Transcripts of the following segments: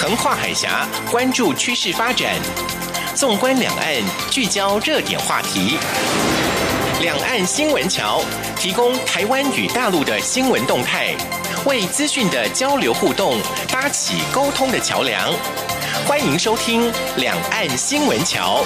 横跨海峡，关注趋势发展。纵观两岸，聚焦热点话题。两岸新闻桥提供台湾与大陆的新闻动态，为资讯的交流互动搭起沟通的桥梁。欢迎收听两岸新闻桥。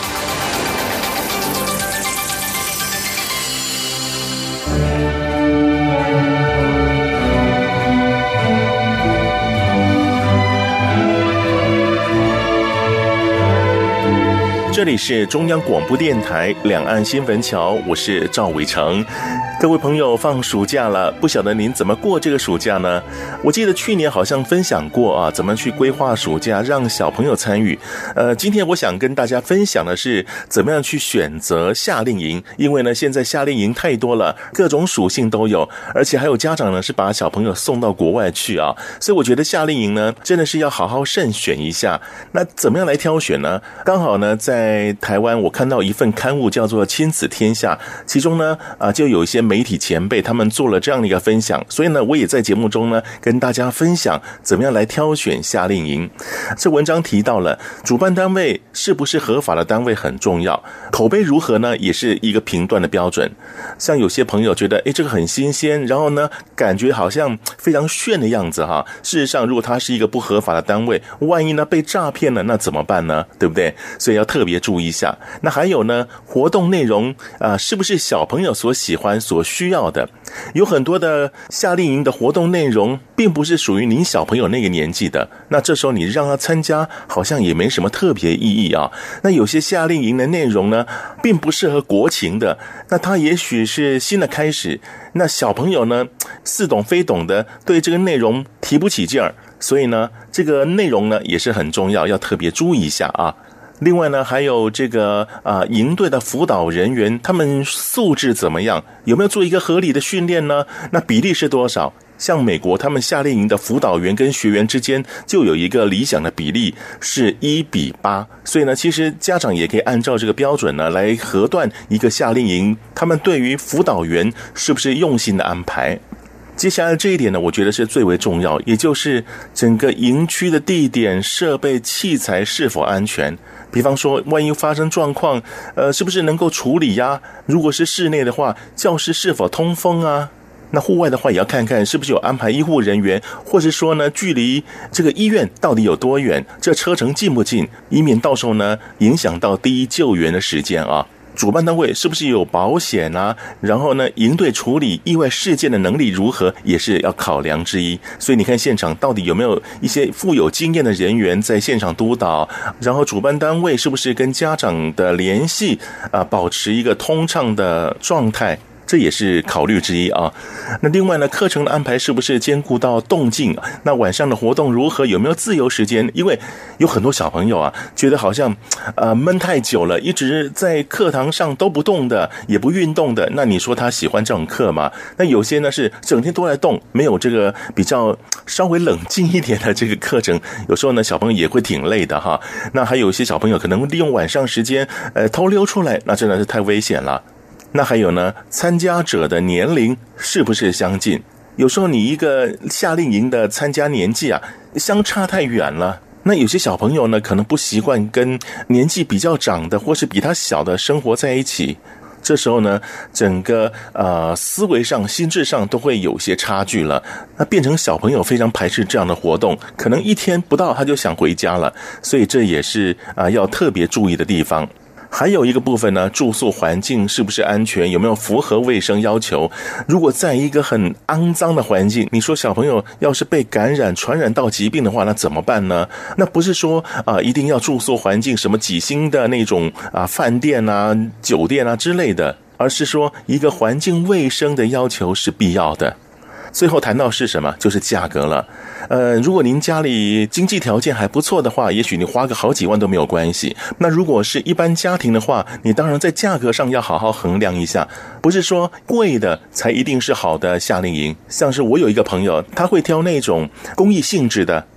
这里是中央广播电台两岸新闻桥，我是赵伟成。各位朋友，放暑假了，不晓得您怎么过这个暑假呢？我记得去年好像分享过啊，怎么去规划暑假，让小朋友参与。今天我想跟大家分享的是怎么样去选择夏令营，因为呢，现在夏令营太多了，各种属性都有，而且还有家长呢是把小朋友送到国外去啊，所以我觉得夏令营呢真的是要好好慎选一下。那怎么样来挑选呢？刚好呢，在台湾我看到一份刊物叫做《亲子天下》，其中呢就有一些媒体前辈他们做了这样的一个分享，所以呢我也在节目中呢跟大家分享怎么样来挑选夏令营。这文章提到了主办单位是不是合法的单位很重要，口碑如何呢也是一个评断的标准。像有些朋友觉得这个很新鲜，然后呢感觉好像非常炫的样子哈，事实上如果它是一个不合法的单位，万一呢被诈骗了，那怎么办呢？对不对？所以要特别注意一下。那还有呢，活动内容是不是小朋友所喜欢所需要的？有很多的夏令营的活动内容并不是属于您小朋友那个年纪的，那这时候你让他参加好像也没什么特别意义啊。那有些夏令营的内容呢并不适合国情的，那他也许是新的开始，那小朋友呢似懂非懂的，对这个内容提不起劲儿，所以呢这个内容呢也是很重要，要特别注意一下啊。另外呢，还有这个营队的辅导人员，他们素质怎么样？有没有做一个合理的训练呢？那比例是多少？像美国他们夏令营的辅导员跟学员之间就有一个理想的比例是1:8，所以呢其实家长也可以按照这个标准呢来核断一个夏令营他们对于辅导员是不是用心的安排。接下来这一点呢，我觉得是最为重要，也就是整个营区的地点、设备、器材是否安全。比方说，万一发生状况，是不是能够处理呀？如果是室内的话，教室是否通风啊？那户外的话，也要看看是不是有安排医护人员，或是说呢，距离这个医院到底有多远，这车程近不近，以免到时候呢影响到第一救援的时间啊。主办单位是不是有保险啊？然后呢，营队处理意外事件的能力如何，也是要考量之一。所以你看现场到底有没有一些富有经验的人员在现场督导，然后主办单位是不是跟家长的联系保持一个通畅的状态，这也是考虑之一啊。那另外呢，课程的安排是不是兼顾到动静？那晚上的活动如何？有没有自由时间？因为有很多小朋友觉得好像闷太久了，一直在课堂上都不动的，也不运动的。那你说他喜欢这种课吗？那有些呢是整天都在动，没有这个比较稍微冷静一点的这个课程，有时候呢小朋友也会挺累的哈。那还有一些小朋友可能利用晚上时间偷溜出来，那真的是太危险了。那还有呢，参加者的年龄是不是相近？有时候你一个夏令营的参加年纪相差太远了，那有些小朋友呢可能不习惯跟年纪比较长的或是比他小的生活在一起，这时候呢整个思维上心智上都会有些差距了，那变成小朋友非常排斥这样的活动，可能一天不到他就想回家了，所以这也是要特别注意的地方。还有一个部分呢，住宿环境是不是安全，有没有符合卫生要求？如果在一个很肮脏的环境，你说小朋友要是被感染传染到疾病的话，那怎么办呢？那不是说一定要住宿环境什么几星的那种饭店酒店之类的，而是说一个环境卫生的要求是必要的。最后谈到是什么？就是价格了。如果您家里经济条件还不错的话，也许你花个好几万都没有关系。那如果是一般家庭的话，你当然在价格上要好好衡量一下，不是说贵的才一定是好的夏令营。像是我有一个朋友，他会挑那种公益性质的，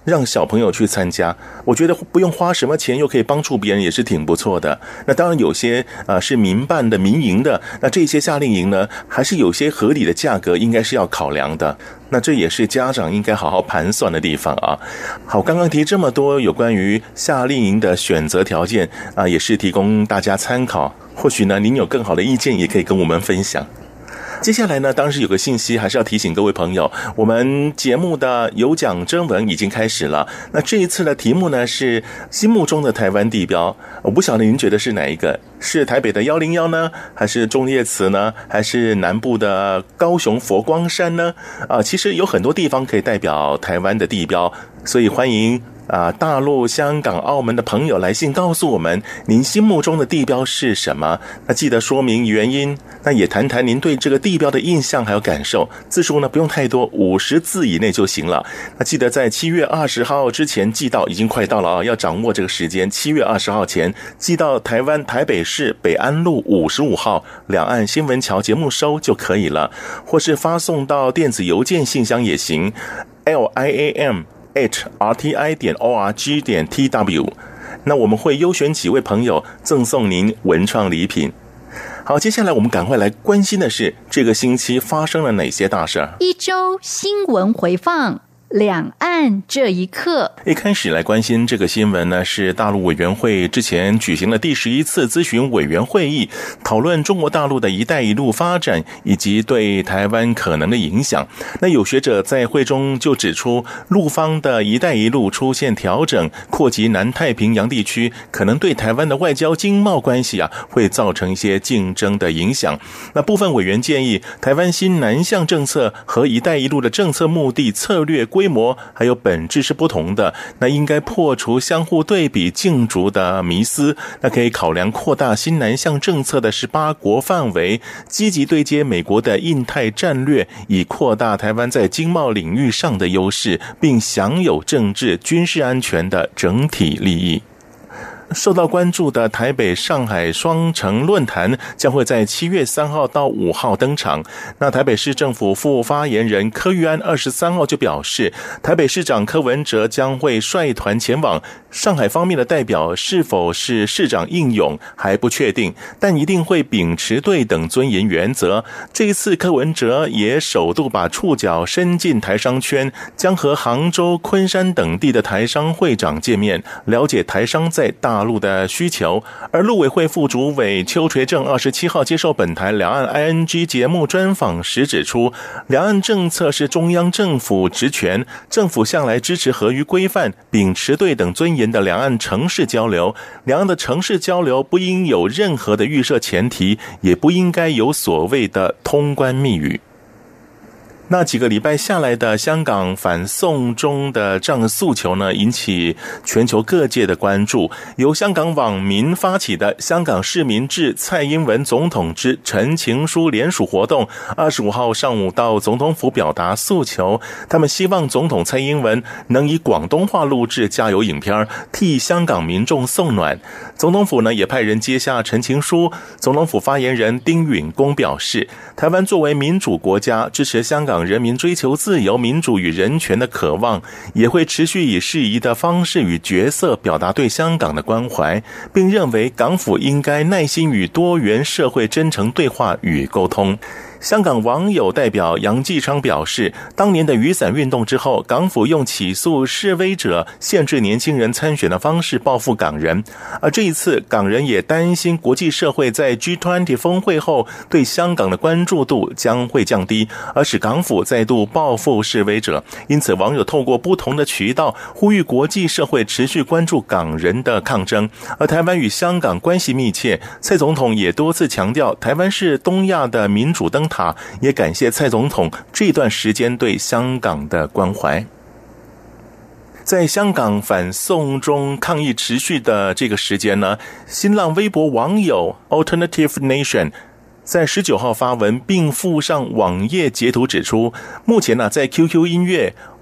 让小朋友去参加，我觉得不用花什么钱又可以帮助别人，也是挺不错的。那当然有些是民办的民营的，那这些夏令营呢还是有些合理的价格应该是要考量的，那这也是家长应该好好盘算的地方啊。好，刚刚提这么多有关于夏令营的选择条件也是提供大家参考，或许呢您有更好的意见也可以跟我们分享。接下来呢，当时有个信息还是要提醒各位朋友，我们节目的有奖征文已经开始了。那这一次的题目呢是心目中的台湾地标，我不晓得您觉得是哪一个？是台北的101呢，还是忠烈祠呢，还是南部的高雄佛光山呢？其实有很多地方可以代表台湾的地标，所以欢迎大陆、香港、澳门的朋友来信告诉我们您心目中的地标是什么。那记得说明原因，那也谈谈您对这个地标的印象还有感受。字数呢不用太多，50字以内就行了。那记得在7月20号之前寄到，已经快到了啊，要掌握这个时间，7月20号前寄到台湾台北市北安路55号两岸新闻桥节目收就可以了，或是发送到电子邮件信箱也行， liam@rti.org.tw。 那我们会优选几位朋友赠送您文创礼品。好，接下来我们赶快来关心的是这个星期发生了哪些大事。 一周新闻回放，两岸这一刻。 一开始来关心这个新闻呢，是大陆委员会之前举行了第11次咨询委员会议，讨论中国大陆的一带一路发展以及对台湾可能的影响。那有学者在会中就指出，陆方的一带一路出现调整，扩及南太平洋地区，可能对台湾的外交经贸关系会造成一些竞争的影响。那部分委员建议，台湾新南向政策和一带一路的政策目的、策略、规模还有本质是不同的，那应该破除相互对比竞逐的迷思，那可以考量扩大新南向政策的18国范围，积极对接美国的印太战略，以扩大台湾在经贸领域上的优势，并享有政治军事安全的整体利益。受到关注的台北上海双城论坛将会在7月3号到5号登场。那台北市政府副发言人柯玉安23号就表示，台北市长柯文哲将会率团前往，上海方面的代表是否是市长应勇还不确定，但一定会秉持对等尊严原则。这一次柯文哲也首度把触角伸进台商圈，将和杭州、昆山等地的台商会长见面，了解台商在大陆的需求。而陆委会副主委邱垂正27号接受本台两岸 ING 节目专访时指出，两岸政策是中央政府职权，政府向来支持合于规范、秉持对等尊严的两岸城市交流，两岸的城市交流不应有任何的预设前提，也不应该有所谓的通关密语。那几个礼拜下来的香港反送中的这样的诉求呢，引起全球各界的关注。由香港网民发起的香港市民致蔡英文总统之陈情书联署活动，25号上午到总统府表达诉求。他们希望总统蔡英文能以广东话录制加油影片，替香港民众送暖。总统府呢也派人接下陈情书。总统府发言人丁允恭表示，台湾作为民主国家，支持香港人民追求自由、民主与人权的渴望，也会持续以适宜的方式与角色表达对香港的关怀，并认为港府应该耐心与多元社会真诚对话与沟通。香港网友代表杨继昌表示，当年的雨伞运动之后，港府用起诉示威者、限制年轻人参选的方式报复港人，而这一次港人也担心国际社会在 G20 峰会后对香港的关注度将会降低，而使港府再度报复示威者。因此网友透过不同的渠道呼吁国际社会持续关注港人的抗争。而台湾与香港关系密切，蔡总统也多次强调台湾是东亚的民主灯塔，也感谢蔡总统这段时间对香港的关怀。在香港反送中抗议持续的这个时间呢，新浪微博网友 Alternative Nation在19号发文并附上网页截图指出，目前在 QQ 音乐、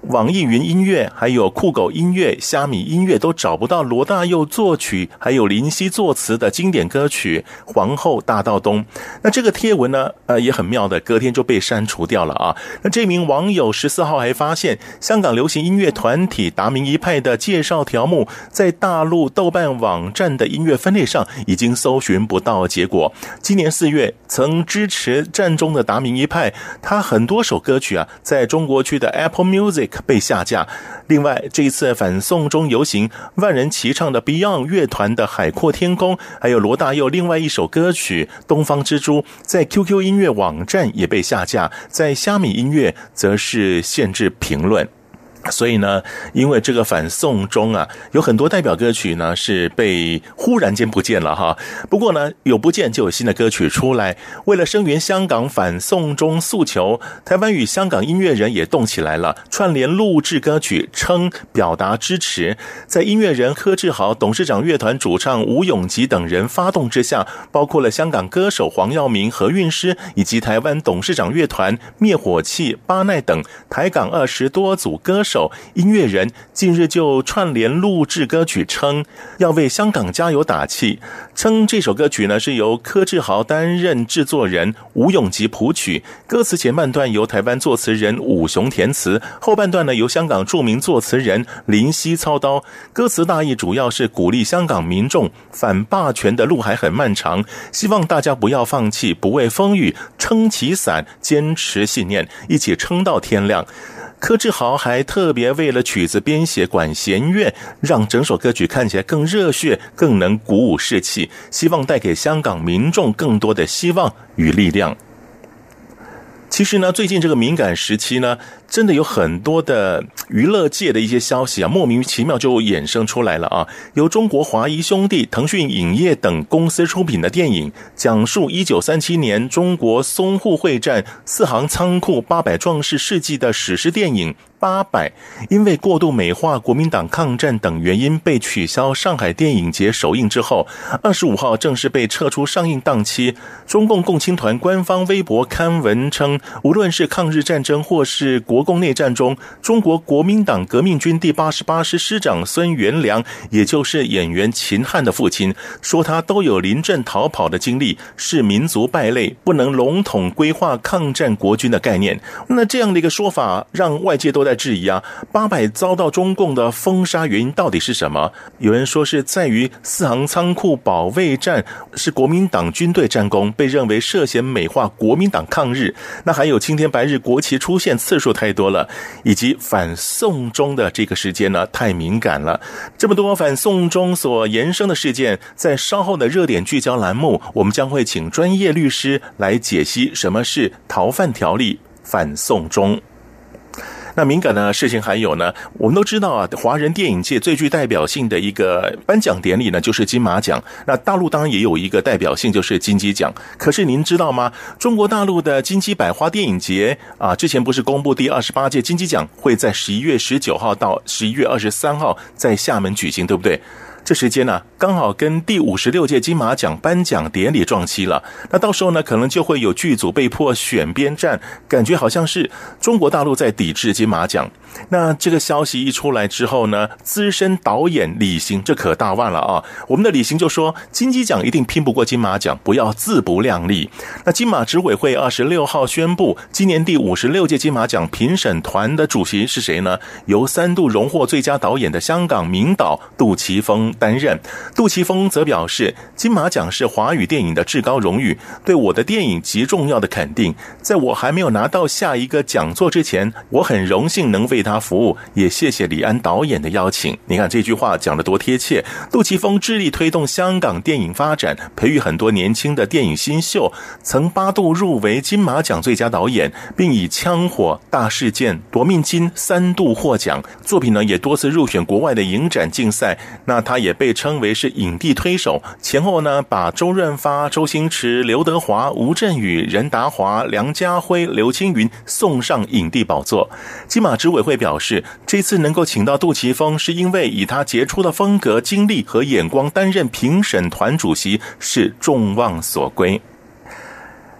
网易云音乐、还有酷狗音乐、虾米音乐都找不到罗大佑作曲还有林夕作词的经典歌曲《皇后大道东》。那这个贴文呢也很妙的，隔天就被删除掉了啊。那这名网友14号还发现，香港流行音乐团体达明一派的介绍条目在大陆豆瓣网站的音乐分类上已经搜寻不到结果。今年4月曾支持战中的达明一派，他很多首歌曲在中国区的 Apple Music 被下架。另外这一次反送中游行，万人齐唱的 Beyond 乐团的海阔天空，还有罗大佑另外一首歌曲东方之珠，在 QQ 音乐网站也被下架，在虾米音乐则是限制评论。所以呢，因为这个反送中有很多代表歌曲呢是被忽然间不见了哈。不过呢，有不见就有新的歌曲出来。为了声援香港反送中诉求，台湾与香港音乐人也动起来了，串联录制歌曲，称表达支持。在音乐人柯志豪、董事长乐团主唱吴永吉等人发动之下，包括了香港歌手黄耀明、何韵诗，以及台湾董事长乐团、灭火器、巴奈等台港20多组歌手音乐人近日就串联录制歌曲，称要为香港加油打气，称这首歌曲呢是由柯志豪担任制作人，吴永吉谱曲，歌词前半段由台湾作词人武雄填词，后半段呢由香港著名作词人林夕操刀。歌词大意主要是鼓励香港民众反霸权的路还很漫长，希望大家不要放弃，不畏风雨，撑起伞，坚持信念，一起撑到天亮。柯志豪还特别为了曲子编写管弦乐，让整首歌曲看起来更热血，更能鼓舞士气，希望带给香港民众更多的希望与力量。其实呢，最近这个敏感时期呢，真的有很多的娱乐界的一些消息莫名其妙就衍生出来了由中国华谊兄弟、腾讯影业等公司出品的电影，讲述1937年中国淞沪会战4行仓库800壮士事迹的史诗电影800，因为过度美化国民党抗战等原因被取消上海电影节首映之后，25号正式被撤出上映档期。中共共青团官方微博刊文称，无论是抗日战争或是国共内战中，中国国民党革命军第88师师长孙元良，也就是演员秦汉的父亲，说他都有临阵逃跑的经历，是民族败类，不能笼统规划抗战国军的概念。那这样的一个说法让外界都在质疑800遭到中共的封杀原因到底是什么？有人说是在于4行仓库保卫战是国民党军队战功，被认为涉嫌美化国民党抗日。那还有青天白日国旗出现次数太多了，以及反送中的这个时间呢太敏感了。这么多反送中所延伸的事件，在稍后的热点聚焦栏目，我们将会请专业律师来解析什么是逃犯条例、反送中。那敏感的事情还有呢，我们都知道华人电影界最具代表性的一个颁奖典礼呢，就是金马奖。那大陆当然也有一个代表性，就是金鸡奖。可是您知道吗？中国大陆的金鸡百花电影节之前不是公布第28届金鸡奖会在11月19号到11月23号在厦门举行，对不对？这时间呢，刚好跟第56届金马奖颁奖典礼撞期了。那到时候呢，可能就会有剧组被迫选边站，感觉好像是中国大陆在抵制金马奖。那这个消息一出来之后呢，资深导演李行这可大腕了我们的李行就说，金鸡奖一定拼不过金马奖，不要自不量力。那金马执委会26号宣布，今年第56届金马奖评审团的主席是谁呢？由3度荣获最佳导演的香港名导杜琪峰担任。杜琪峰则表示，金马奖是华语电影的至高荣誉，对我的电影极重要的肯定。在我还没有拿到下一个讲座之前，我很荣幸能为他服务，也谢谢李安导演的邀请。你看这句话讲得多贴切。杜琪峰致力推动香港电影发展，培育很多年轻的电影新秀，曾8度入围金马奖最佳导演，并以枪火、大事件、夺命金3度获奖。作品呢也多次入选国外的影展竞赛。那他也被称为是影帝推手，前后呢把周润发、周星驰、刘德华、吴镇宇、任达华、梁家辉、刘青云送上影帝宝座。金马执委会表示，这次能够请到杜琪峰，是因为以他杰出的风格、经历和眼光担任评审团主席是众望所归。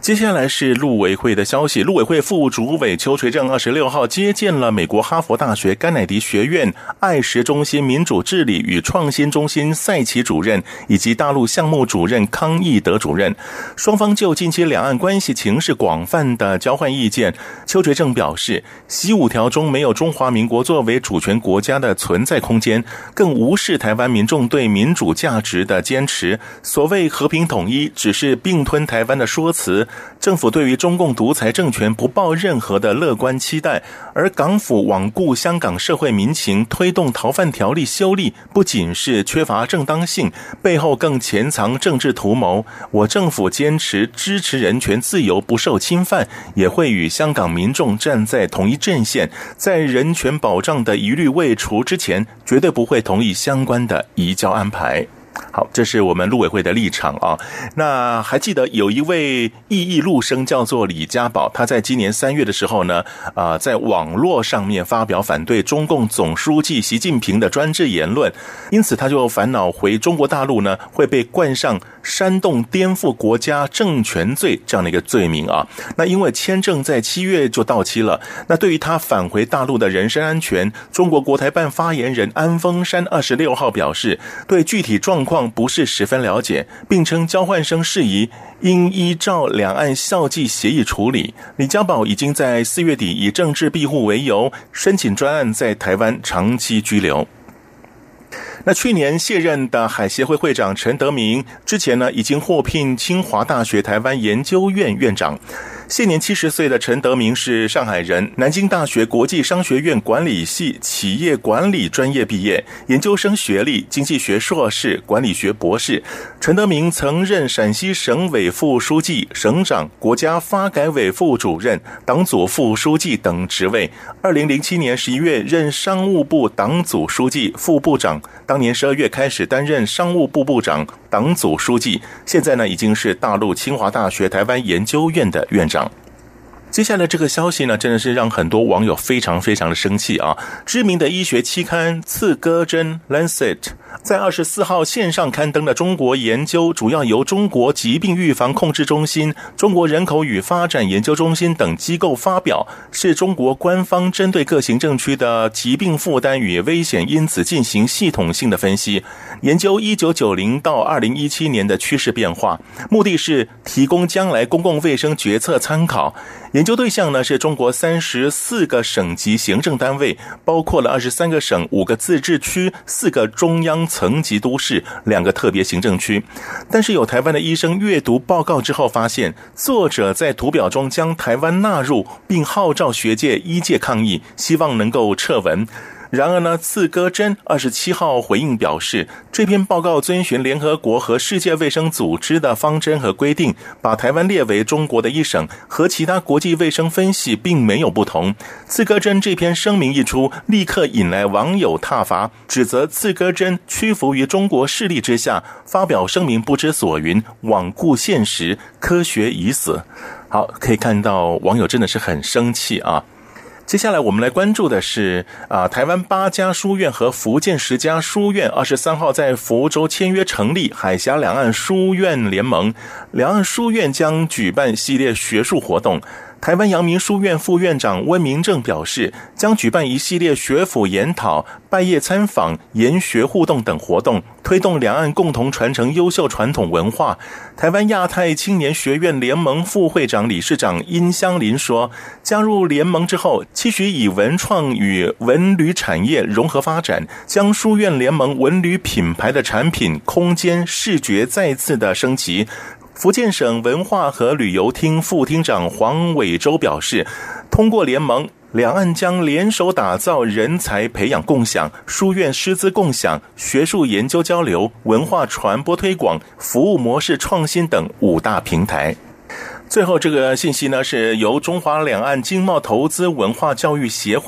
接下来是陆委会的消息，陆委会副主委邱垂正26号接见了美国哈佛大学甘乃迪学院爱时中心民主治理与创新中心赛奇主任以及大陆项目主任康义德主任，双方就近期两岸关系情势广泛的交换意见。邱垂正表示，习5条中没有中华民国作为主权国家的存在空间，更无视台湾民众对民主价值的坚持，所谓和平统一只是并吞台湾的说辞，政府对于中共独裁政权不抱任何的乐观期待，而港府罔顾香港社会民情，推动逃犯条例修例，不仅是缺乏正当性，背后更潜藏政治图谋。我政府坚持支持人权自由不受侵犯，也会与香港民众站在同一阵线，在人权保障的疑虑未除之前，绝对不会同意相关的移交安排。好，这是我们陆委会的立场啊。那还记得有一位异议陆生叫做李家宝，他在今年3月的时候呢，在网络上面发表反对中共总书记习近平的专制言论，因此他就烦恼回中国大陆呢会被冠上煽动颠覆国家政权罪这样的一个罪名啊。那因为签证在7月就到期了，那对于他返回大陆的人身安全，中国国台办发言人安峰山26号表示，对具体状况不是十分了解，并称交换生事宜应依照两岸校际协议处理。李家宝已经在4月底以政治庇护为由申请专案在台湾长期居留。那去年卸任的海协会会长陈德明，之前呢已经获聘清华大学台湾研究院院长。现年70岁的陈德明是上海人，南京大学国际商学院管理系企业管理专业毕业，研究生学历，经济学硕士，管理学博士。陈德明曾任陕西省委副书记、省长、国家发改委副主任、党组副书记等职位。2007年11月任商务部党组书记、副部长，当年12月开始担任商务部部长、党组书记，现在呢已经是大陆清华大学台湾研究院的院长。接下来这个消息呢，真的是让很多网友非常非常的生气啊！知名的医学期刊《刺胳针》Lancet 在24号线上刊登的中国研究，主要由中国疾病预防控制中心、中国人口与发展研究中心等机构发表，是中国官方针对各行政区的疾病负担与危险因子进行系统性的分析，研究1990到2017年的趋势变化，目的是提供将来公共卫生决策参考。研究对象呢是中国34个省级行政单位，包括了23个省、5个自治区、4个中央层级都市、2个特别行政区。但是有台湾的医生阅读报告之后发现，作者在图表中将台湾纳入，并号召学界医界抗议，希望能够撤文。然而呢，刺胳针27号回应表示，这篇报告遵循联合国和世界卫生组织的方针和规定，把台湾列为中国的一省，和其他国际卫生分析并没有不同。刺胳针这篇声明一出，立刻引来网友挞伐，指责刺胳针屈服于中国势力之下，发表声明不知所云，罔顾现实，科学已死。好，可以看到网友真的是很生气啊。接下来我们来关注的是台湾8家书院和福建10家书院23号在福州签约成立海峡两岸书院联盟，两岸书院将举办系列学术活动。台湾阳明书院副院长温明正表示，将举办一系列学府研讨、拜谒参访、研学互动等活动，推动两岸共同传承优秀传统文化。台湾亚太青年学院联盟副会长理事长殷香林说，加入联盟之后，期许以文创与文旅产业融合发展，将书院联盟文旅品牌的产品、空间、视觉再次的升级。福建省文化和旅游厅副厅长黄伟洲表示，通过联盟，两岸将联手打造人才培养共享、书院师资共享、学术研究交流、文化传播推广、服务模式创新等5大平台。最后这个信息呢，是由中华两岸经贸投资文化教育协会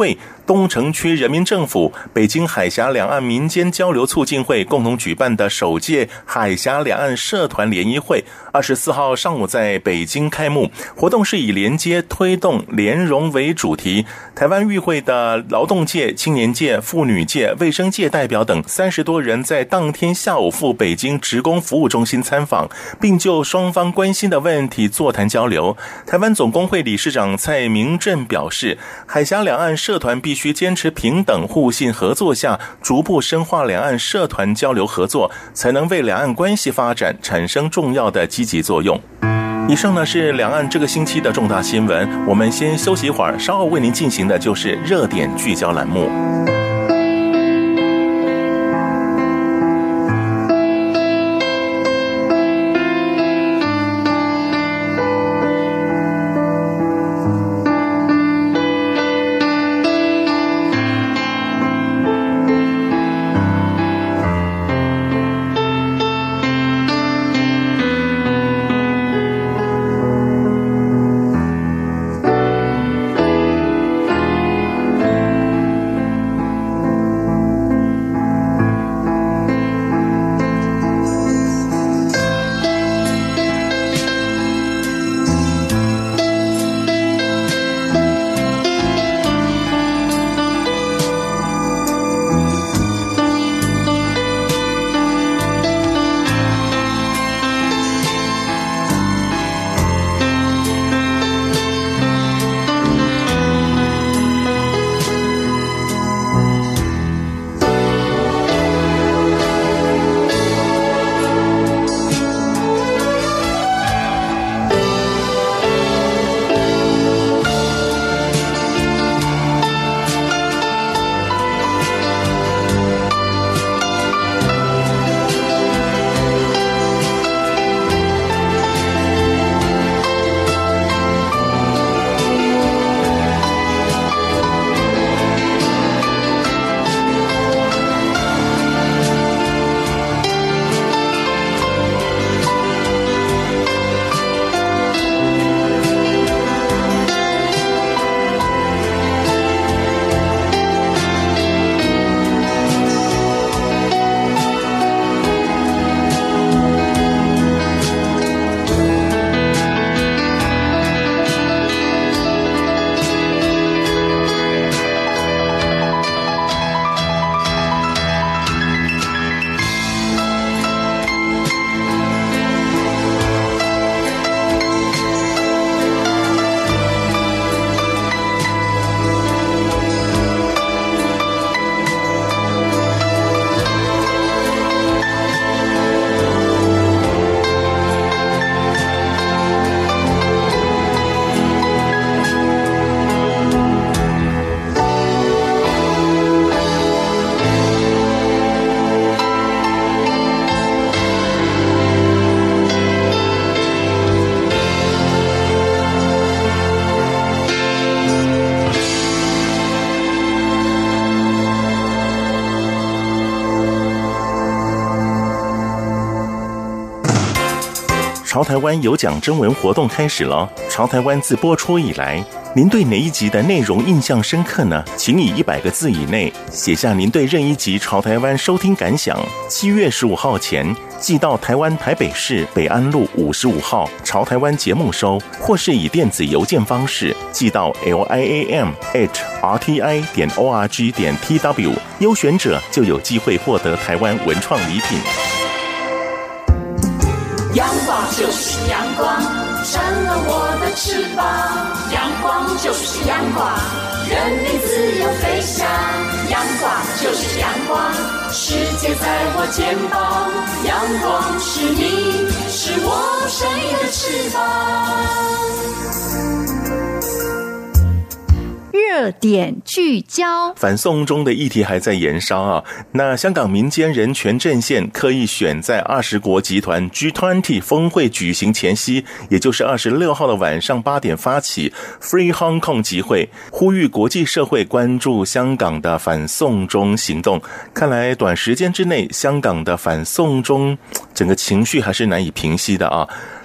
东城区人民政府、北京海峡两岸民间交流促进会共同举办的首届海峡两岸社团联谊会24号上午在北京开幕。活动是以连接、推动、联融为主题。台湾与会的劳动界、青年界、妇女界、卫生界代表等30多人在当天下午赴北京职工服务中心参访，并就双方关心的问题座谈交流。台湾总工会理事长蔡明正表示，海峡两岸社团必须坚持平等互信合作下，逐步深化两岸社团交流合作，才能为两岸关系发展产生重要的积极作用。以上呢是两岸这个星期的重大新闻，我们先休息一会儿，稍后为您进行的就是热点聚焦栏目。潮台湾有奖征文活动开始了。潮台湾自播出以来，您对哪一集的内容印象深刻呢？请以100个字以内写下您对任一集潮台湾收听感想。7月15号前寄到台湾台北市北安路55号潮台湾节目收，或是以电子邮件方式寄到 liam@rti.org.tw， 优选者就有机会获得台湾文创礼品。 阳光就是阳光，扇了我的翅膀。阳光就是阳光，人民自由飞翔。阳光就是阳光，世界在我肩膀。阳光是你，是我生命的翅膀。 热点聚焦， 反送中的议题还在延烧啊。那香港民间人权阵线刻意选在20国集团 G20 峰会举行前夕，也就是26号的晚上8点发起 Free Hong Kong 集会，呼吁国际社会关注香港的反送中行动。看来短时间之内，香港的反送中整个情绪还是难以平息的啊。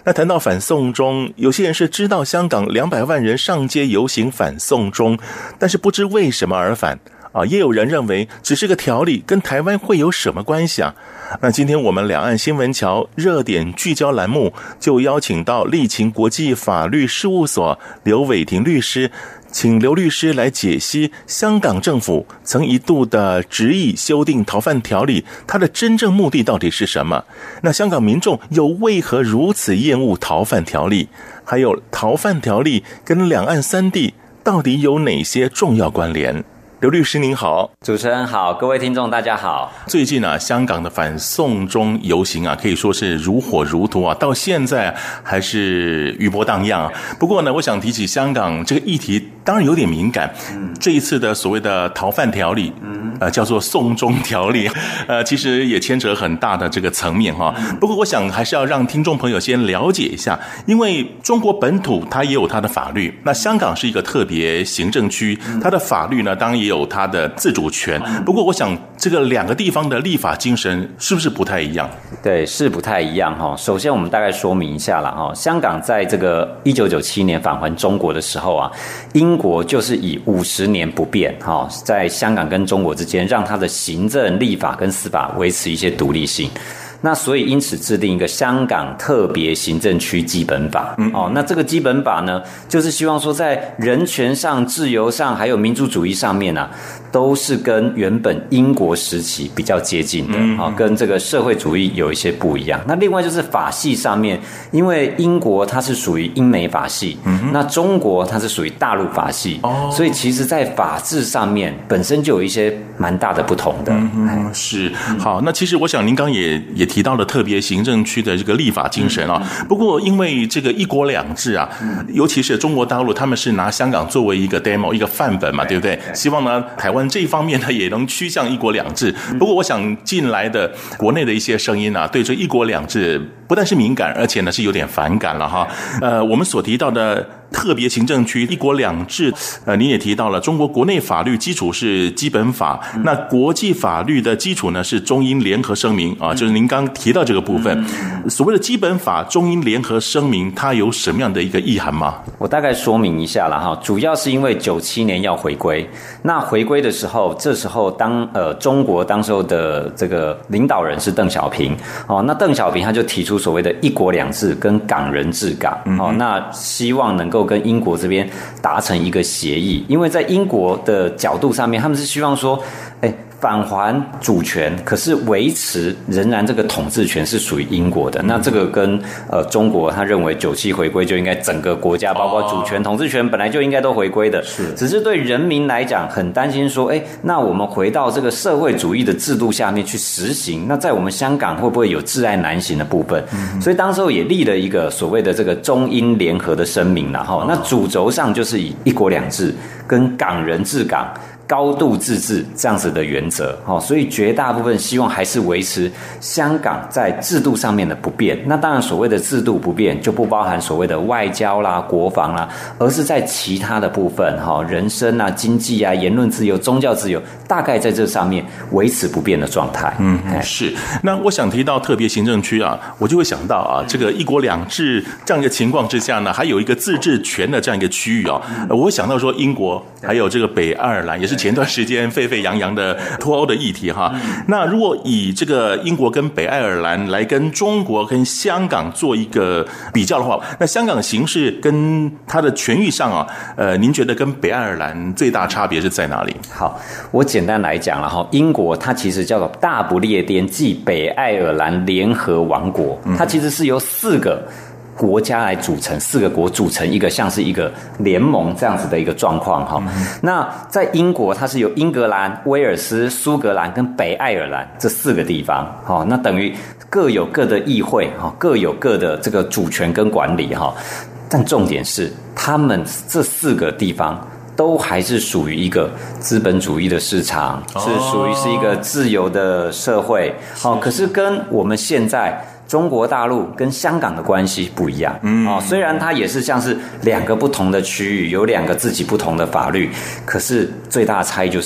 那谈到反送中，有些人是知道香港200万人上街游行反送中，但是不知为什么而反也有人认为只是个条例，跟台湾会有什么关系啊？那今天我们两岸新闻桥热点聚焦栏目就邀请到立勤国际法律事务所刘伟霆律师，请刘律师来解析香港政府曾一度的执意修订逃犯条例，它的真正目的到底是什么？那香港民众又为何如此厌恶逃犯条例？还有逃犯条例跟两岸三地到底有哪些重要关联？刘律师您好。 主持人好，各位听众大家好。 最近香港的反送中游行可以说是如火如荼到现在还是余波荡漾不过呢，我想提起香港这个议题，当然有点敏感。这一次的所谓的逃犯条例，叫做送中条例，其实也牵扯很大的这个层面不过我想还是要让听众朋友先了解一下，因为中国本土它也有它的法律，那香港是一个特别行政区，它的法律呢当然也有它的自主权。不过我想这个两个地方的立法精神是不是不太一样？ 对，是不太一样首先我们大概说明一下啦香港在这个1997年返还中国的时候英国就是以50年不变在香港跟中国之间让它的行政、立法跟司法维持一些独立性。那所以因此制定一个香港特别行政区基本法那这个基本法呢，就是希望说在人权上、自由上还有民主主义上面都是跟原本英国时期比较接近的跟这个社会主义有一些不一样。那另外就是法系上面，因为英国它是属于英美法系那中国它是属于大陆法系所以其实在法治上面本身就有一些蛮大的不同的是。好，那其实我想您刚也提到了特别行政区的这个立法精神不过因为这个一国两制尤其是中国大陆他们是拿香港作为一个 demo 一个范本嘛，对不对？希望呢台湾这一方面呢也能趋向一国两制。不过我想近来的国内的一些声音对这一国两制不但是敏感，而且呢是有点反感了我们所提到的特别行政区一国两制您也提到了中国国内法律基础是基本法那国际法律的基础呢是中英联合声明就是您刚提到这个部分所谓的基本法中英联合声明它有什么样的一个意涵吗？ 我大概说明一下啦主要是因为97年要回归，那回归的时候，这时候中国当时候的这个领导人是邓小平那邓小平他就提出所谓的一国两制跟港人治港那希望能够跟英国这边达成一个协议。因为在英国的角度上面，他们是希望说返还主权，可是维持仍然这个统治权是属于英国的。那这个跟中国他认为97回归就应该整个国家包括主权、统治权本来就应该都回归的，只是对人民来讲很担心说那我们回到这个社会主义的制度下面去实行，那在我们香港会不会有窒碍难行的部分所以当时候也立了一个所谓的这个中英联合的声明那主轴上就是以一国两制跟港人治港高度自治这样子的原则所以绝大部分希望还是维持香港在制度上面的不变。那当然所谓的制度不变就不包含所谓的外交啦、国防啦，而是在其他的部分人身经济言论自由、宗教自由，大概在这上面维持不变的状态是。那我想提到特别行政区我就会想到这个一国两制这样一个情况之下呢，还有一个自治权的这样一个区域我会想到说英国还有这个北爱尔兰也是前段时间沸沸扬扬的脱欧的议题那如果以这个英国跟北爱尔兰来跟中国跟香港做一个比较的话，那香港形势跟它的权益上您觉得跟北爱尔兰最大差别是在哪里？好， 我简单来讲了英国它其实叫做大不列颠暨北爱尔兰联合王国它其实是由4个国家来组成，4个国组成一个像是一个联盟这样子的一个状况那在英国它是由英格兰、威尔斯、苏格兰跟北爱尔兰这4个地方那等于各有各的议会各有各的这个主权跟管理但重点是他们这4个地方都还是属于一个资本主义的市场是属于是一个自由的社会可是跟我们现在中国大陆跟香港的关系不一样虽然它也是像是2个不同的区域，有2个自己不同的法律，可是最大的差异就是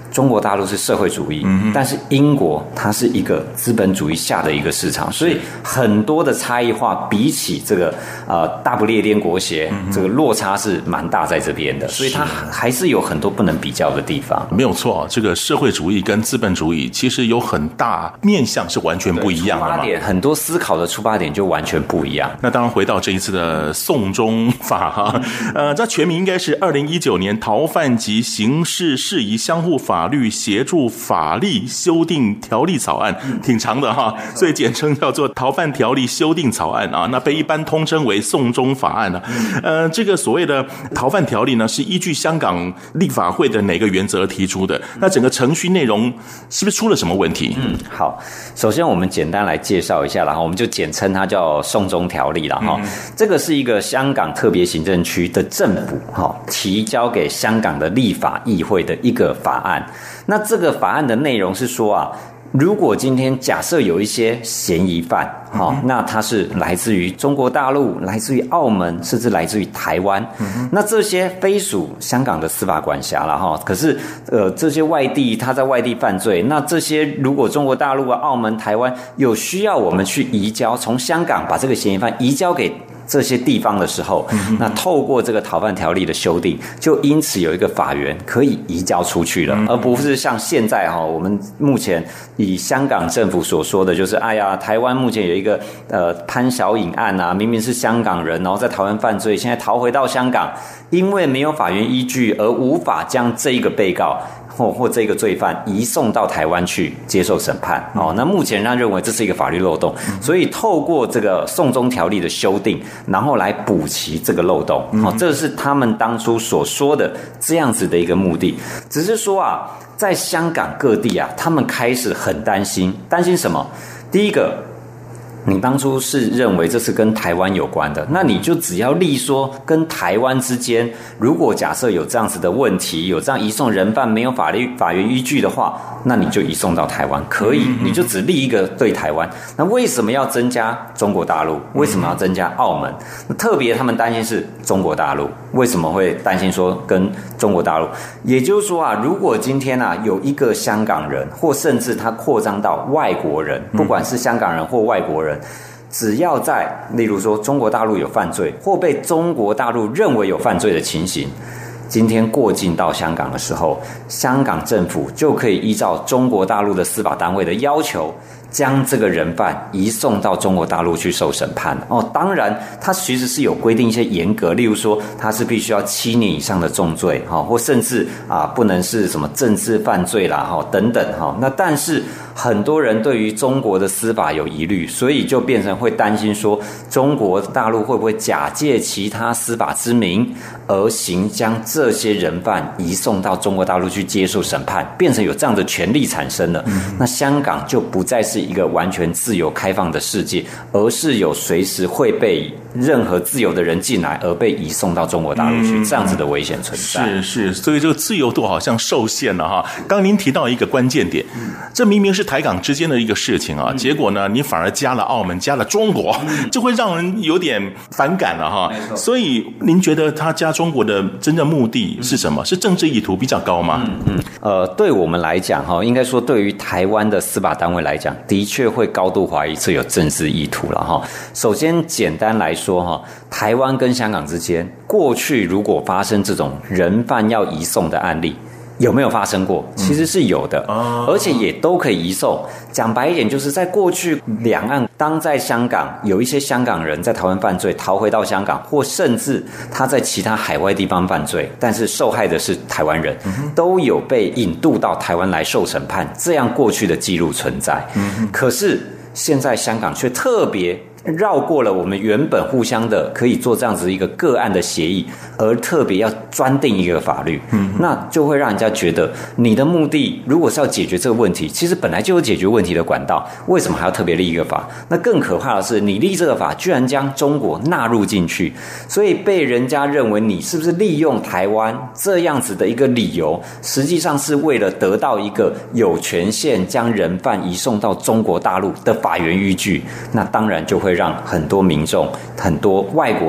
中国大陆是社会主义，但是英国它是一个资本主义下的一个市场，所以很多的差异化比起这个大不列颠国协，这个落差是蛮大在这边的，所以它还是有很多不能比较的地方。 没有错，这个社会主义跟资本主义其实有很大面向是完全不一样的嘛， 出发点很多思考的出发点就完全不一样。 那当然回到这一次的送中法哈，这全名应该是2019年逃犯及刑事事宜相互法律协助法例修订条例草案，挺长的哈，所以简称叫做逃犯条例修订草案啊，那被一般通称为送中法案呢。这个所谓的逃犯条例呢，是依据香港立法会的哪个原则而提出的？那整个程序内容是不是出了什么问题？ 好，首先我们简单来介绍一下，然后我们就简称它叫送中条例了哈。这个是一个香港特别行政区的政府提交给香港的立法议会的一个法案。那这个法案的内容是说啊，如果今天假设有一些嫌疑犯，那他是来自于中国大陆、来自于澳门，甚至来自于台湾，那这些非属香港的司法管辖了哈。可是这些外地他在外地犯罪，那这些如果中国大陆啊、澳门、台湾有需要我们去移交，从香港把这个嫌疑犯移交给这些地方的时候，那透过这个逃犯条例的修订，就因此有一个法源可以移交出去了，而不是像现在我们目前以香港政府所说的，就是哎呀，台湾目前有一个潘小颖案啊，明明是香港人，然后在台湾犯罪，现在逃回到香港，因为没有法源依据而无法将这一个被告或这个罪犯移送到台湾去接受审判。那目前他认为这是一个法律漏洞，所以透过这个送中条例的修订，然后来补齐这个漏洞。这是他们当初所说的这样子的一个目的。只是说啊，在香港各地啊，他们开始很担心什么？第一个，你当初是认为这是跟台湾有关的，那你就只要立说跟台湾之间，如果假设有这样子的问题，有这样移送人犯没有法源依据的话，那你就移送到台湾，可以，你就只立一个对台湾。那为什么要增加中国大陆？为什么要增加澳门？特别他们担心是中国大陆，为什么会担心说跟中国大陆？也就是说啊，如果今天啊有一个香港人，或甚至他扩张到外国人，不管是香港人或外国人，只要在例如说中国大陆有犯罪，或被中国大陆认为有犯罪的情形，今天过境到香港的时候，香港政府就可以依照中国大陆的司法单位的要求，将这个人犯移送到中国大陆去受审判。当然它其实是有规定一些严格，例如说它是必须要7年以上的重罪，或甚至不能是什么政治犯罪啦等等。那但是很多人对于中国的司法有疑虑，所以就变成会担心说中国大陆会不会假借其他司法之名而行将这些人犯移送到中国大陆去接受审判，变成有这样的权利产生了。那香港就不再是一个完全自由开放的世界，而是有随时会被任何自由的人进来而被移送到中国大陆去，这样子的危险存在。 是，所以这个自由度好像受限了哈。刚刚您提到一个关键点，这明明是台港之间的一个事情啊，结果呢，你反而加了澳门，加了中国，就会让人有点反感了哈。所以您觉得他加中国的真正目的是什么？是政治意图比较高吗？ 对我们来讲应该说对于台湾的司法单位来讲，的确会高度怀疑这有政治意图了哈。首先简单来说台湾跟香港之间过去如果发生这种人犯要移送的案例，有没有发生过？其实是有的，而且也都可以移送。讲白一点，就是在过去两岸，当在香港有一些香港人在台湾犯罪，逃回到香港，或甚至他在其他海外地方犯罪，但是受害的是台湾人，都有被引渡到台湾来受审判，这样过去的记录存在。可是现在香港却特别绕过了我们原本互相的可以做这样子一个个案的协议，而特别要专定一个法律，那就会让人家觉得你的目的如果是要解决这个问题，其实本来就有解决问题的管道，为什么还要特别立一个法？那更可怕的是，你立这个法居然将中国纳入进去，所以被人家认为你是不是利用台湾这样子的一个理由，实际上是为了得到一个有权限将人犯移送到中国大陆的法源依据，那当然就会让很多民众、很多外国人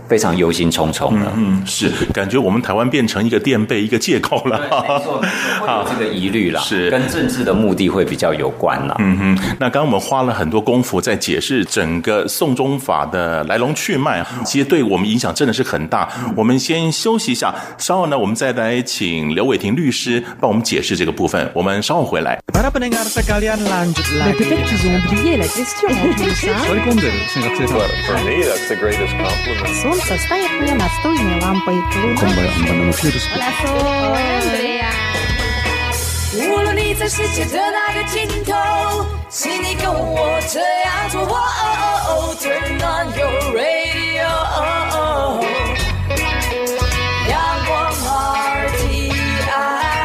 非常忧心忡忡了。 是感觉我们台湾变成一个垫背、一个借口了。 对，没错，会有这个疑虑啦， 是跟政治的目的会比较有关啦。 那刚刚我们花了很多功夫在解释整个送中法的来龙去脉，其实对我们影响真的是很大。我们先休息一下，稍后呢，我们再来请刘伟霆律师帮我们解释这个部分。我们稍后回来。 Para pendengar sekalian lanjut lagi. Peut-être qu'ils ont oublié la question en tout ça. For me, that's the greatest compliment. Солнце стоит мне настольной лампой. 无论你在世界的哪个尽头，请你跟我这样做。Turn on your radio. 阳光 RTI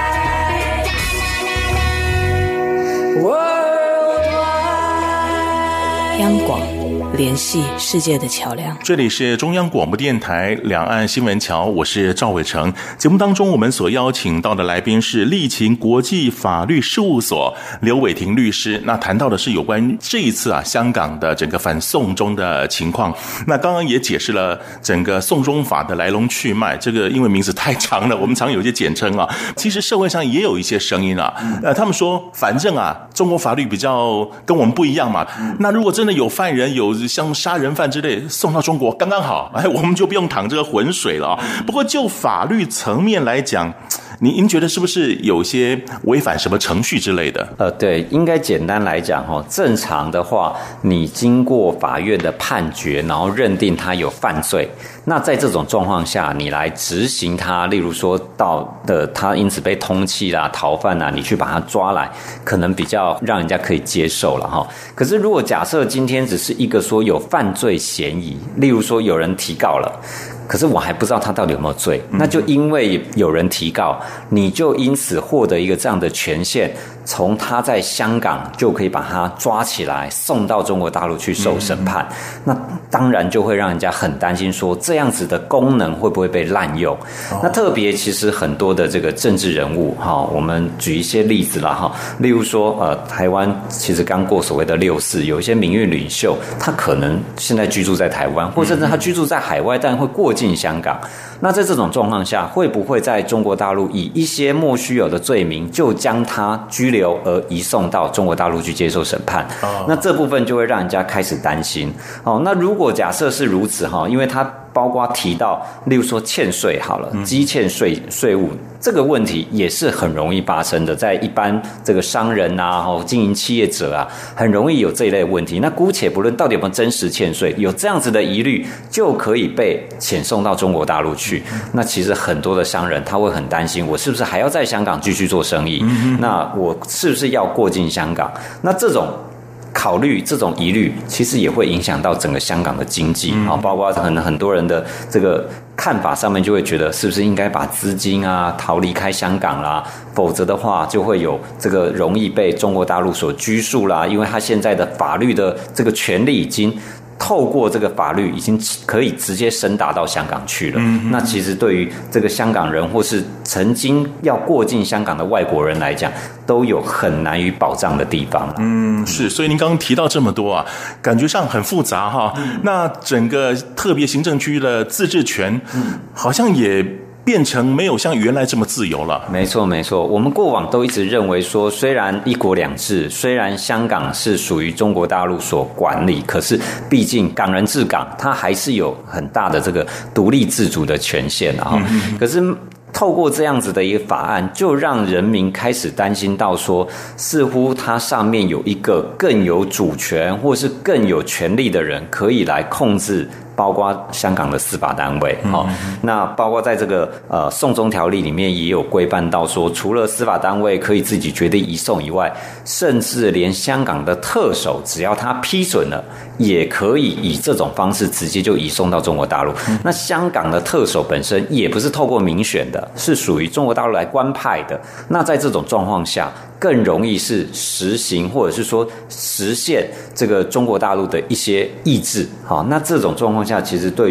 Worldwide。 央广联系世界的桥梁。 这里是中央广播电台两岸新闻桥，我是赵伟成。节目当中我们所邀请到的来宾是立勤国际法律事务所刘伟霆律师。那谈到的是有关这一次香港的整个反送中的情况。那刚刚也解释了整个送中法的来龙去脉，这个因为名字太长了，我们常有一些简称啊。其实社会上也有一些声音啊，他们说反正中国法律比较跟我们不一样嘛。那如果真的有犯人，有像杀人犯之类送到中国刚刚好，我们就不用淌这个浑水了。不过就法律层面来讲，您觉得是不是有些违反什么程序之类的？ 对，应该简单来讲正常的话，你经过法院的判决，然后认定他有犯罪，那在这种状况下，你来执行他，例如说他因此被通缉啦、逃犯啦，你去把他抓来，可能比较让人家可以接受了哈。可是如果假设今天只是一个说有犯罪嫌疑，例如说有人提告了，可是我还不知道他到底有没有罪，那就因为有人提告，你就因此获得一个这样的权限，从他在香港就可以把他抓起来送到中国大陆去受审判，那当然就会让人家很担心说这样子的功能会不会被滥用。那特别其实很多的这个政治人物我们举一些例子啦例如说台湾其实刚过所谓的6·4，有一些民运领袖，他可能现在居住在台湾，或甚至他居住在海外，但会过境香港。那在这种状况下，会不会在中国大陆以一些莫须有的罪名就将他拘留而移送到中国大陆去接受审判？那这部分就会让人家开始担心。那如果假设是如此因为他包括提到例如说欠税好了，积欠税务这个问题也是很容易发生的，在一般这个商人经营企业者很容易有这一类问题。那姑且不论到底有没有真实欠税，有这样子的疑虑就可以被遣送到中国大陆去。那其实很多的商人他会很担心，我是不是还要在香港继续做生意？那我是不是要过境香港？那这种考虑，这种疑虑其实也会影响到整个香港的经济包括很多人的这个看法上面就会觉得是不是应该把资金逃离开香港啦，否则的话就会有这个容易被中国大陆所拘束啦，因为他现在的法律的这个权利已经透过这个法律已经可以直接伸达到香港去了。那其实对于这个香港人或是曾经要过境香港的外国人来讲，都有很难于保障的地方了。 是，所以您刚刚提到这么多感觉上很复杂那整个特别行政区的自治权好像也变成没有像原来这么自由了。 没错没错，我们过往都一直认为说，虽然一国两制，虽然香港是属于中国大陆所管理，可是毕竟港人治港，它还是有很大的这个独立自主的权限可是透过这样子的一个法案，就让人民开始担心到说，似乎它上面有一个更有主权或是更有权力的人可以来控制包括香港的司法单位那包括在这个送中条例里面也有规范到说，除了司法单位可以自己决定移送以外，甚至连香港的特首只要他批准了，也可以以这种方式直接就移送到中国大陆。那香港的特首本身也不是透过民选的，是属于中国大陆来官派的。那在这种状况下，更容易是实行或者是说实现这个中国大陆的一些意志那这种状况下，其实对于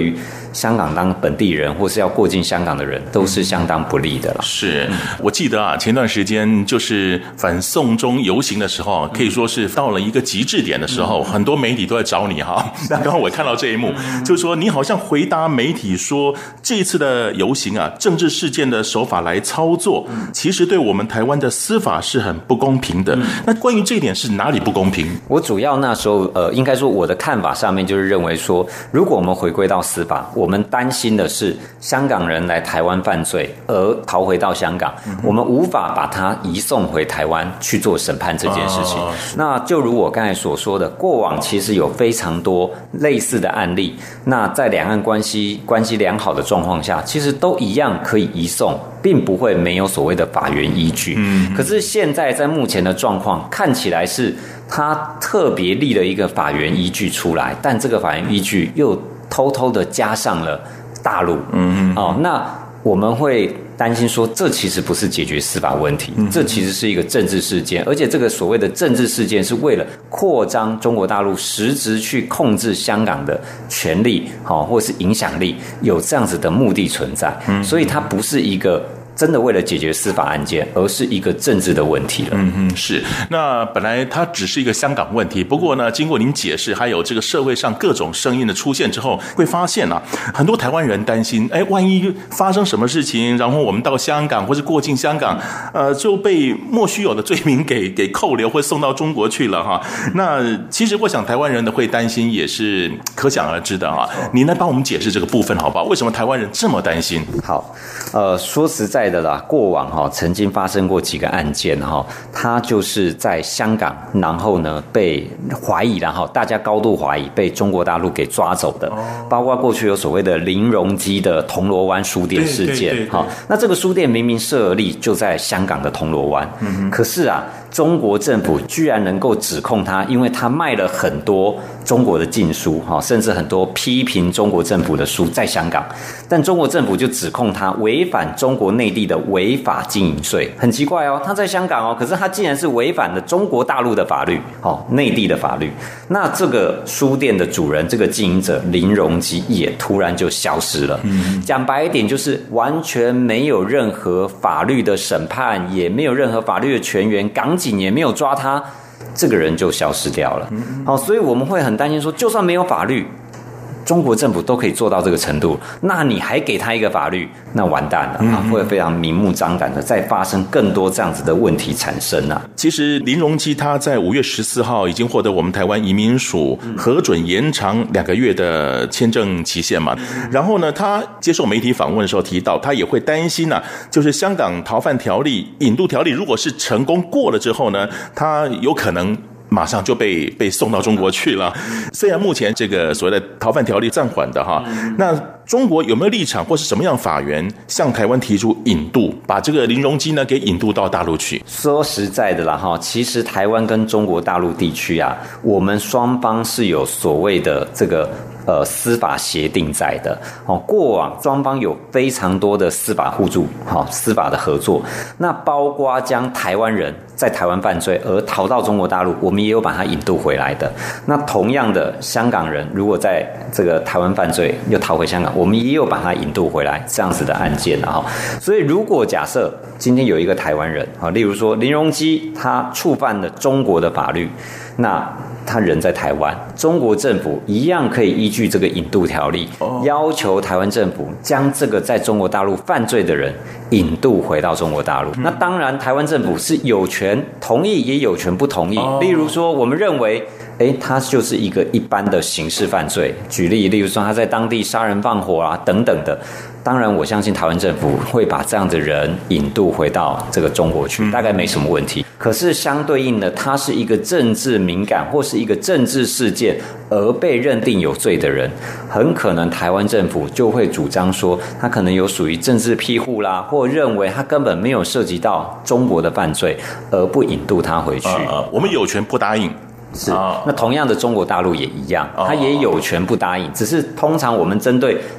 香港当本地人或是要过境香港的人都是相当不利的了。 是，我记得啊，前段时间就是反送中游行的时候，可以说是到了一个极致点的时候，很多媒体都在找你哈。那刚刚我看到这一幕，就是说你好像回答媒体说，这一次的游行啊，政治事件的手法来操作，其实对我们台湾的司法是很不公平的。那关于这一点是哪里不公平？ 我主要那时候应该说我的看法上面就是认为说，如果我们回归到司法，我们担心的是香港人来台湾犯罪而逃回到香港，我们无法把他移送回台湾去做审判这件事情。那就如我刚才所说的，过往其实有非常多类似的案例，那在两岸关系良好的状况下，其实都一样可以移送，并不会没有所谓的法源依据。可是现在在目前的状况看起来是他特别立了一个法源依据出来，但这个法源依据又偷偷的加上了大陆。那我们会担心说，这其实不是解决司法问题，这其实是一个政治事件，而且这个所谓的政治事件是为了扩张中国大陆实质去控制香港的权力，或是影响力，有这样子的目的存在，所以它不是一个真的为了解决司法案件，而是一个政治的问题了。 是。那本来它只是一个香港问题，不过呢，经过您解释，还有这个社会上各种声音的出现之后，会发现啊，很多台湾人担心，万一发生什么事情，然后我们到香港或是过境香港，就被莫须有的罪名给扣留，或送到中国去了哈。那其实我想台湾人的会担心也是可想而知的哈。您来帮我们解释这个部分好不好？为什么台湾人这么担心？ 好，说实在的啦，过往曾经发生过几个案件他就是在香港，然后呢被怀疑，然后大家高度怀疑被中国大陆给抓走的，包括过去有所谓的林荣基的铜锣湾书店事件。那这个书店明明设立就在香港的铜锣湾，可是啊，中国政府居然能够指控他，因为他卖了很多中国的禁书，甚至很多批评中国政府的书在香港，但中国政府就指控他违反中国内地的违法经营税。很奇怪他在香港可是他竟然是违反了中国大陆的法律，内地的法律。那这个书店的主人，这个经营者林荣基也突然就消失了。讲白一点，就是完全没有任何法律的审判，也没有任何法律的全员，港警也没有抓他，这个人就消失掉了。所以我们会很担心说，就算没有法律，中国政府都可以做到这个程度，那你还给他一个法律，那完蛋了会非常明目张胆的再发生更多这样子的问题产生其实林荣基他在5月14号已经获得我们台湾移民署核准延长2个月的签证期限嘛。然后呢，他接受媒体访问的时候提到，他也会担心就是香港逃犯条例引渡条例如果是成功过了之后呢，他有可能马上就被送到中国去了。虽然目前这个所谓的逃犯条例暂缓的那中国有没有立场或是什么样法源向台湾提出引渡，把这个林荣基呢给引渡到大陆去？ 说实在的啦其实台湾跟中国大陆地区我们双方是有所谓的这个司法协定在的过往双方有非常多的司法互助司法的合作，那包括将台湾人在台湾犯罪而逃到中国大陆，我们也有把他引渡回来的。那同样的，香港人如果在这个台湾犯罪又逃回香港，我们也有把他引渡回来这样子的案件所以如果假设今天有一个台湾人例如说林荣基他触犯了中国的法律，那他人在台湾，中国政府一样可以依据这个引渡条例要求台湾政府将这个在中国大陆犯罪的人引渡回到中国大陆。那当然台湾政府是有权同意也有权不同意。例如说我们认为他就是一个一般的刑事犯罪，举例如说他在当地杀人放火等等的，当然我相信台湾政府会把这样的人引渡回到这个中国去，大概没什么问题。可是相对应的，他是一个政治敏感或是一个政治事件而被认定有罪的人，很可能台湾政府就会主张说他可能有属于政治庇护啦，或认为他根本没有涉及到中国的犯罪而不引渡他回去。 我们有权不答应。 那同样的中国大陆也一样，他也有权不答应，只是通常我们针对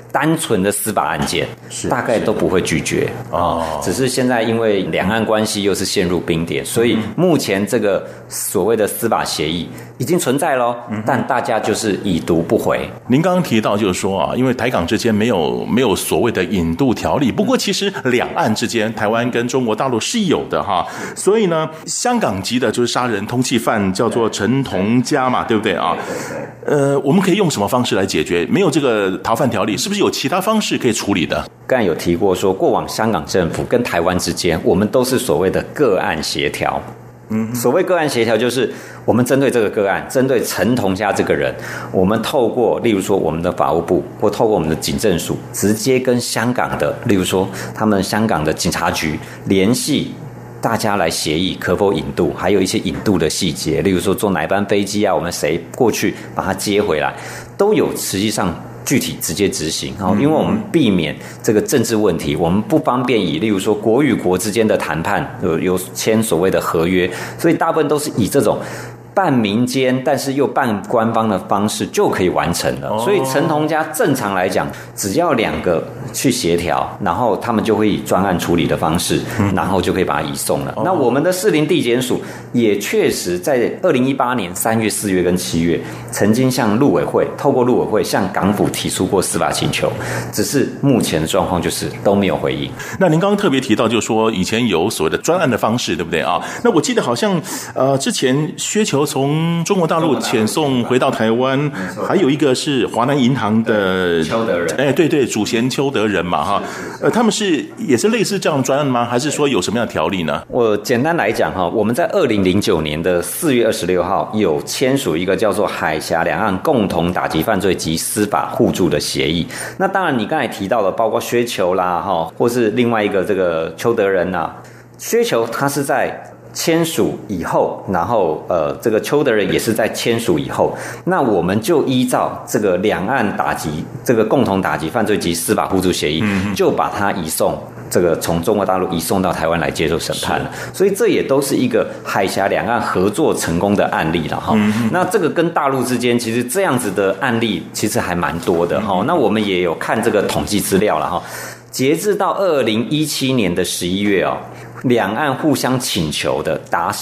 单纯的司法案件，大概都不会拒绝只是现在因为两岸关系又是陷入冰点，所以目前这个所谓的司法协议已经存在咯，但大家就是已读不回。 您刚刚提到就是说因为台港之间没有所谓的引渡条例，不过其实两岸之间，台湾跟中国大陆是有的所以呢，香港籍的就是杀人通缉犯叫做陈同佳嘛，对不对我们可以用什么方式来解决？没有这个逃犯条例，是不是有其他方式可以处理的？ 刚才有提过说，过往香港政府跟台湾之间，我们都是所谓的个案协调。所谓个案协调，就是我们针对这个个案，针对陈同佳这个人，我们透过例如说我们的法务部或透过我们的警政署，直接跟香港的例如说他们香港的警察局联系，大家来协议可否引渡，还有一些引渡的细节，例如说坐哪一班飞机我们谁过去把他接回来，都有实际上具体直接执行因为我们避免这个政治问题，我们不方便以例如说国与国之间的谈判有签所谓的合约，所以大部分都是以这种半民间但是又半官方的方式就可以完成了。所以陈同佳正常来讲，只要2个去协调，然后他们就会以专案处理的方式，然后就可以把它移送了。那我们的士林地检署也确实在2018年3月、4月跟7月，曾经向陆委会透过陆委会向港府提出过司法请求，只是目前的状况就是都没有回应。 那您刚刚特别提到，就是说以前有所谓的专案的方式，对不对那我记得好像之前薛球从中国大陆遣送回到台湾，还有一个是华南银行的邱德仁， 对，主嫌邱德仁嘛他们也是类似这样的专案吗？还是说有什么样的条例呢？ 我简单来讲我们在2009年的4月26号有签署一个叫做海峡两岸共同打击犯罪及司法互助的协议。那当然你刚才提到的包括薛球啦或是另外一个这个邱德仁薛球他是在签署以后，然后这个邱德仁也是在签署以后，那我们就依照这个两岸打击这个共同打击犯罪及司法互助协议，就把它移送这个从中国大陆移送到台湾来接受审判了。所以这也都是一个海峡两岸合作成功的案例了那这个跟大陆之间其实这样子的案例其实还蛮多的那我们也有看这个统计资料了截至到2017年的11月两岸互相请求的达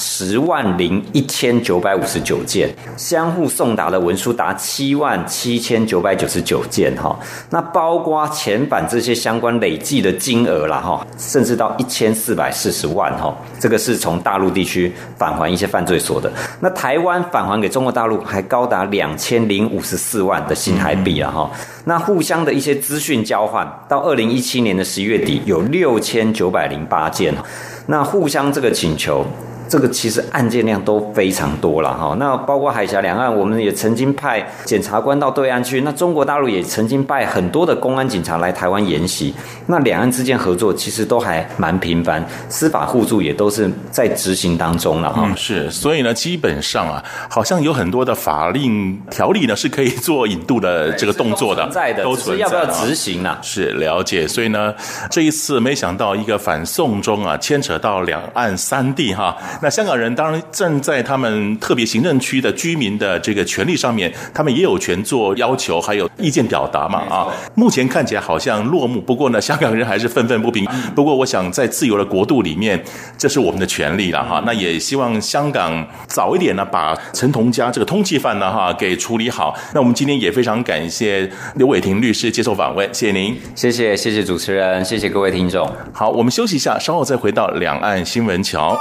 101959件，相互送达的文书达77999件那包括遣返这些相关累计的金额啦甚至到1440万这个是从大陆地区返还一些犯罪所得。那台湾返还给中国大陆还高达2054万的新台币啦那互相的一些资讯交换，到2017年的11月底有6908件。那互相这个请求，这个其实案件量都非常多了那包括海峡两岸，我们也曾经派检察官到对岸去，那中国大陆也曾经派很多的公安警察来台湾研习，那两岸之间合作其实都还蛮频繁，司法互助也都是在执行当中了是，所以呢基本上好像有很多的法令条例呢是可以做引渡的这个动作的， 都存在的，只是要不要执行是了解。所以呢这一次没想到一个反送中牵扯到两岸三地那香港人当然站在他们特别行政区的居民的这个权利上面，他们也有权做要求还有意见表达嘛目前看起来好像落幕，不过呢香港人还是愤愤不平。不过我想在自由的国度里面，这是我们的权利了那也希望香港早一点呢把陈同佳这个通缉犯呢给处理好。那我们今天也非常感谢刘伟霆律师接受访问，谢谢您。 谢谢主持人，谢谢各位听众。 好，我们休息一下，稍后再回到两岸新闻桥。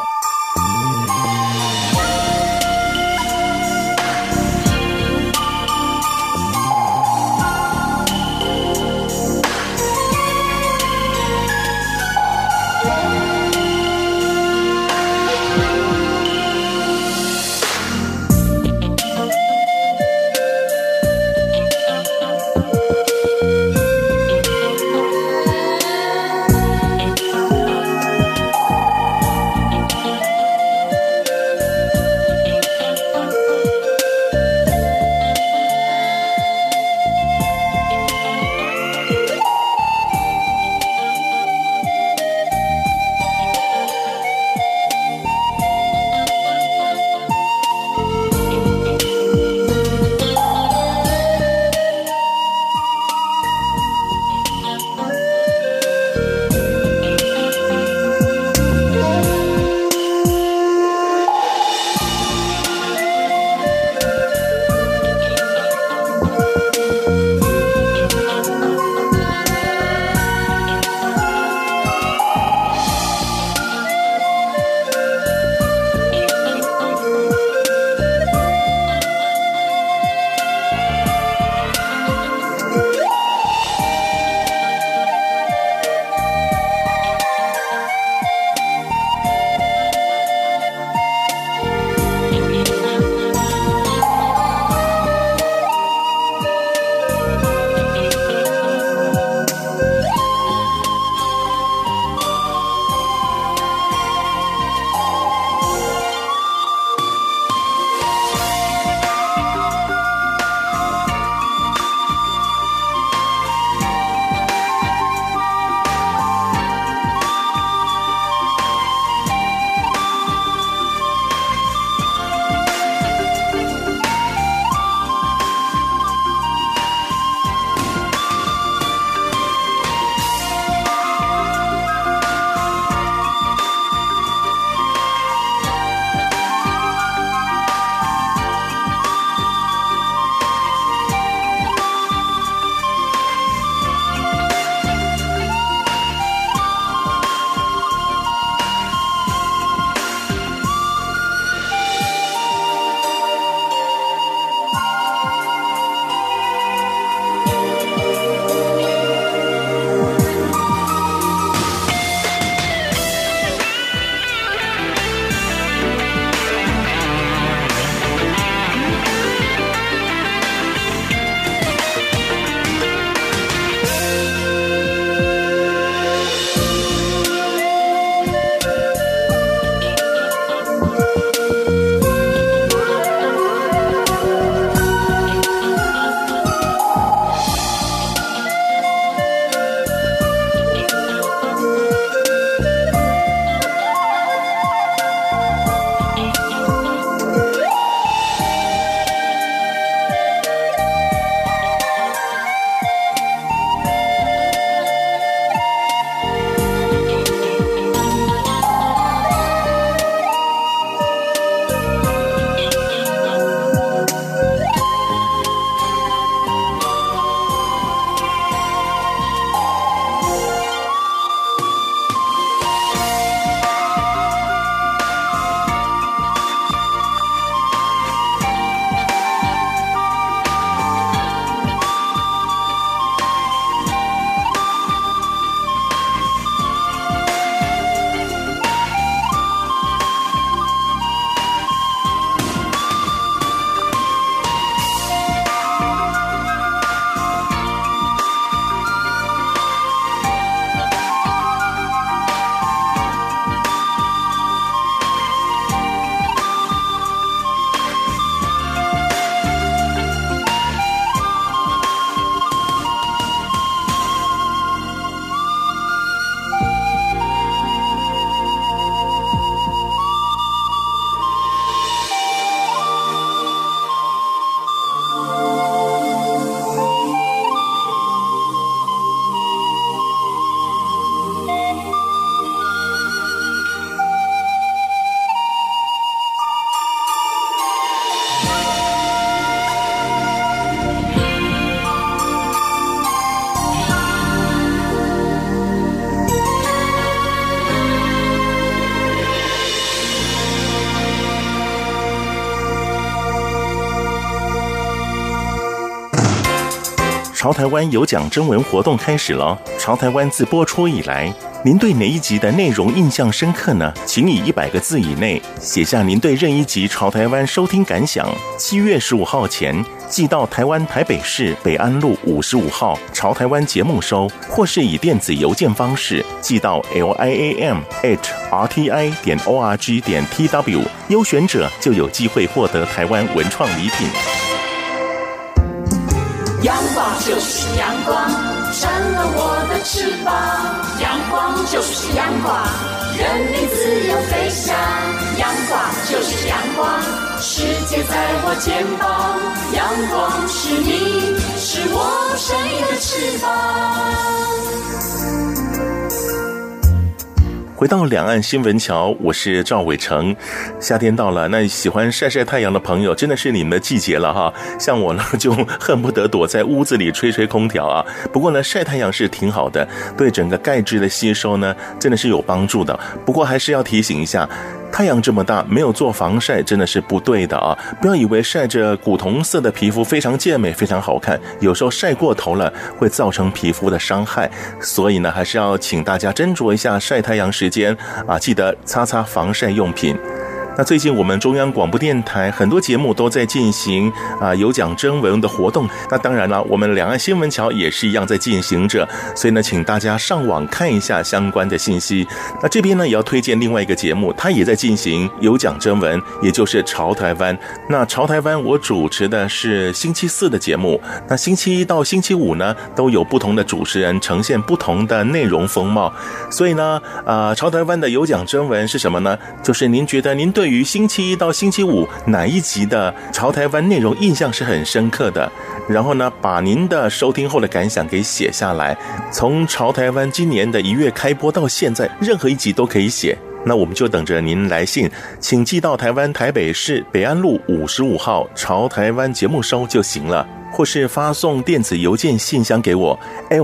潮台湾有奖征文活动开始了。潮台湾自播出以来，您对哪一集的内容印象深刻呢？请以100个字以内写下您对任一集潮台湾收听感想。7月15号前寄到台湾台北市北安路55号潮台湾节目收，或是以电子邮件方式寄到 liam@rti.org.tw， 优选者就有机会获得台湾文创礼品。 阳光就是阳光，扇了我的翅膀。阳光就是阳光，人民自由飞翔。阳光就是阳光，世界在我肩膀。阳光是你，是我生命的翅膀。 回到两岸新闻桥，我是赵伟成。夏天到了，那喜欢晒晒太阳的朋友，真的是你们的季节了哈。像我呢，就恨不得躲在屋子里吹吹空调啊。不过呢，晒太阳是挺好的，对整个钙质的吸收呢，真的是有帮助的。不过还是要提醒一下，太阳这么大，没有做防晒真的是不对的啊！不要以为晒着古铜色的皮肤非常健美、非常好看，有时候晒过头了会造成皮肤的伤害。所以呢，还是要请大家斟酌一下晒太阳时间啊，记得擦擦防晒用品。那最近我们中央广播电台很多节目都在进行有奖征文的活动，那当然了，我们两岸新闻桥也是一样在进行着，所以呢，请大家上网看一下相关的信息。那这边呢，也要推荐另外一个节目，它也在进行有奖征文，也就是潮台湾。那潮台湾我主持的是星期4的节目，那星期1到星期5呢，都有不同的主持人呈现不同的内容风貌。所以呢，潮台湾的有奖征文是什么呢？就是您觉得您对于星期1到星期5哪一集的潮台湾内容印象是很深刻的，然后呢，把您的收听后的感想给写下来。从潮台湾今年的1月开播到现在，任何一集都可以写。那我们就等着您来信，请寄到台湾台北市北安路55号潮台湾节目收就行了，或是发送电子邮件信箱给我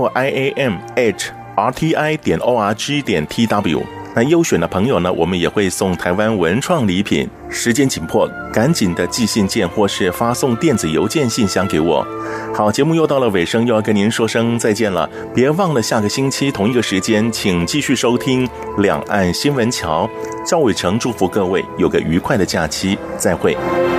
liam@rti.org.tw。那优选的朋友呢，我们也会送台湾文创礼品。时间紧迫，赶紧的寄信件或是发送电子邮件信箱给我。好，节目又到了尾声，又要跟您说声再见了。别忘了下个星期同一个时间，请继续收听两岸新闻桥。赵伟成祝福各位有个愉快的假期，再会。